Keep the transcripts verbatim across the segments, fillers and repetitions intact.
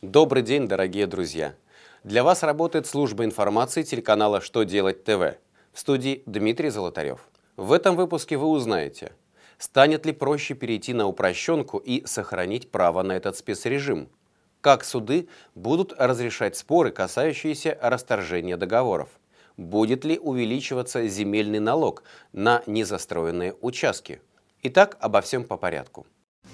Добрый день, дорогие друзья! Для вас работает служба информации телеканала «Что делать ТВ». В студии Дмитрий Золотарев. В этом выпуске вы узнаете, станет ли проще перейти на упрощенку и сохранить право на этот спецрежим, как суды будут разрешать споры, касающиеся расторжения договоров, будет ли увеличиваться земельный налог на незастроенные участки. Итак, обо всем по порядку.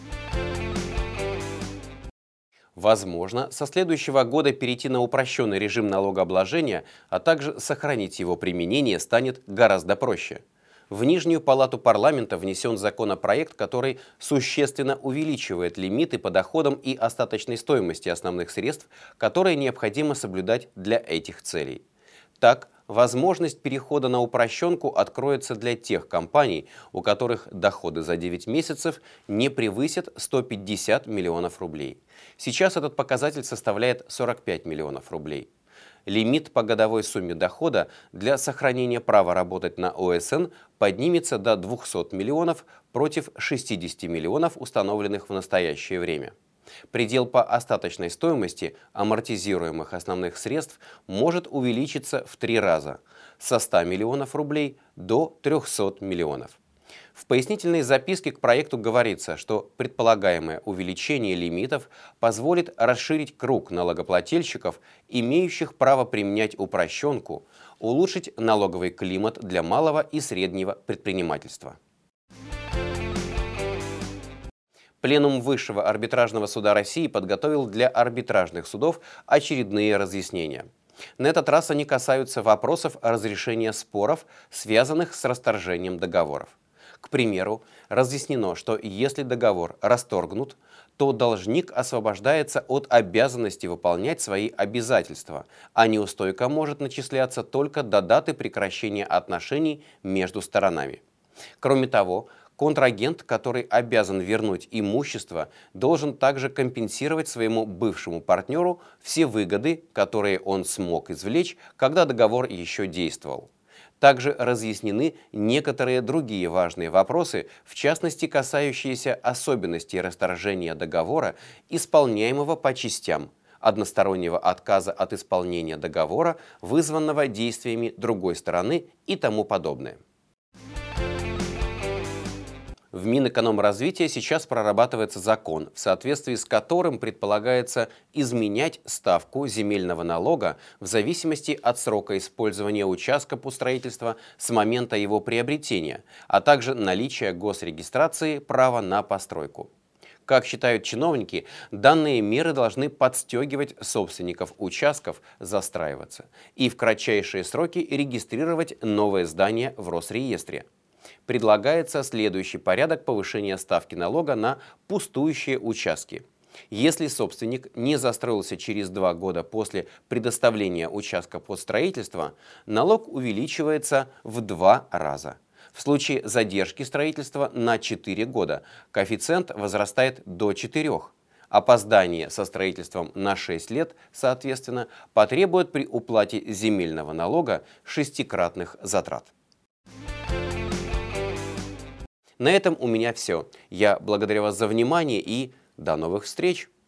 Возможно, со следующего года перейти на упрощенный режим налогообложения, а также сохранить его применение станет гораздо проще. В Нижнюю палату парламента внесен законопроект, который существенно увеличивает лимиты по доходам и остаточной стоимости основных средств, которые необходимо соблюдать для этих целей. Так, возможность перехода на упрощенку откроется для тех компаний, у которых доходы за девять месяцев не превысят сто пятьдесят миллионов рублей. Сейчас этот показатель составляет сорок пять миллионов рублей. Лимит по годовой сумме дохода для сохранения права работать на О С Н поднимется до двухсот миллионов против шестидесяти миллионов, установленных в настоящее время. Предел по остаточной стоимости амортизируемых основных средств может увеличиться в три раза – со ста миллионов рублей до трёхсот миллионов. В пояснительной записке к проекту говорится, что предполагаемое увеличение лимитов позволит расширить круг налогоплательщиков, имеющих право применять упрощенку, улучшить налоговый климат для малого и среднего предпринимательства. Пленум Высшего арбитражного суда России подготовил для арбитражных судов очередные разъяснения. На этот раз они касаются вопросов разрешения споров, связанных с расторжением договоров. К примеру, разъяснено, что если договор расторгнут, то должник освобождается от обязанности выполнять свои обязательства, а неустойка может начисляться только до даты прекращения отношений между сторонами. Кроме того, контрагент, который обязан вернуть имущество, должен также компенсировать своему бывшему партнеру все выгоды, которые он смог извлечь, когда договор еще действовал. Также разъяснены некоторые другие важные вопросы, в частности касающиеся особенностей расторжения договора, исполняемого по частям, одностороннего отказа от исполнения договора, вызванного действиями другой стороны и тому подобное. В Минэкономразвития сейчас прорабатывается закон, в соответствии с которым предполагается изменять ставку земельного налога в зависимости от срока использования участка под строительство с момента его приобретения, а также наличия госрегистрации права на постройку. Как считают чиновники, данные меры должны подстегивать собственников участков застраиваться и в кратчайшие сроки регистрировать новое здание в Росреестре. Предлагается следующий порядок повышения ставки налога на пустующие участки. Если собственник не застроился через два года после предоставления участка под строительство, налог увеличивается в два раза. В случае задержки строительства на четыре года коэффициент возрастает до четырёх. Опоздание со строительством на шесть лет, соответственно, потребует при уплате земельного налога шестикратных затрат. На этом у меня все. Я благодарю вас за внимание и до новых встреч!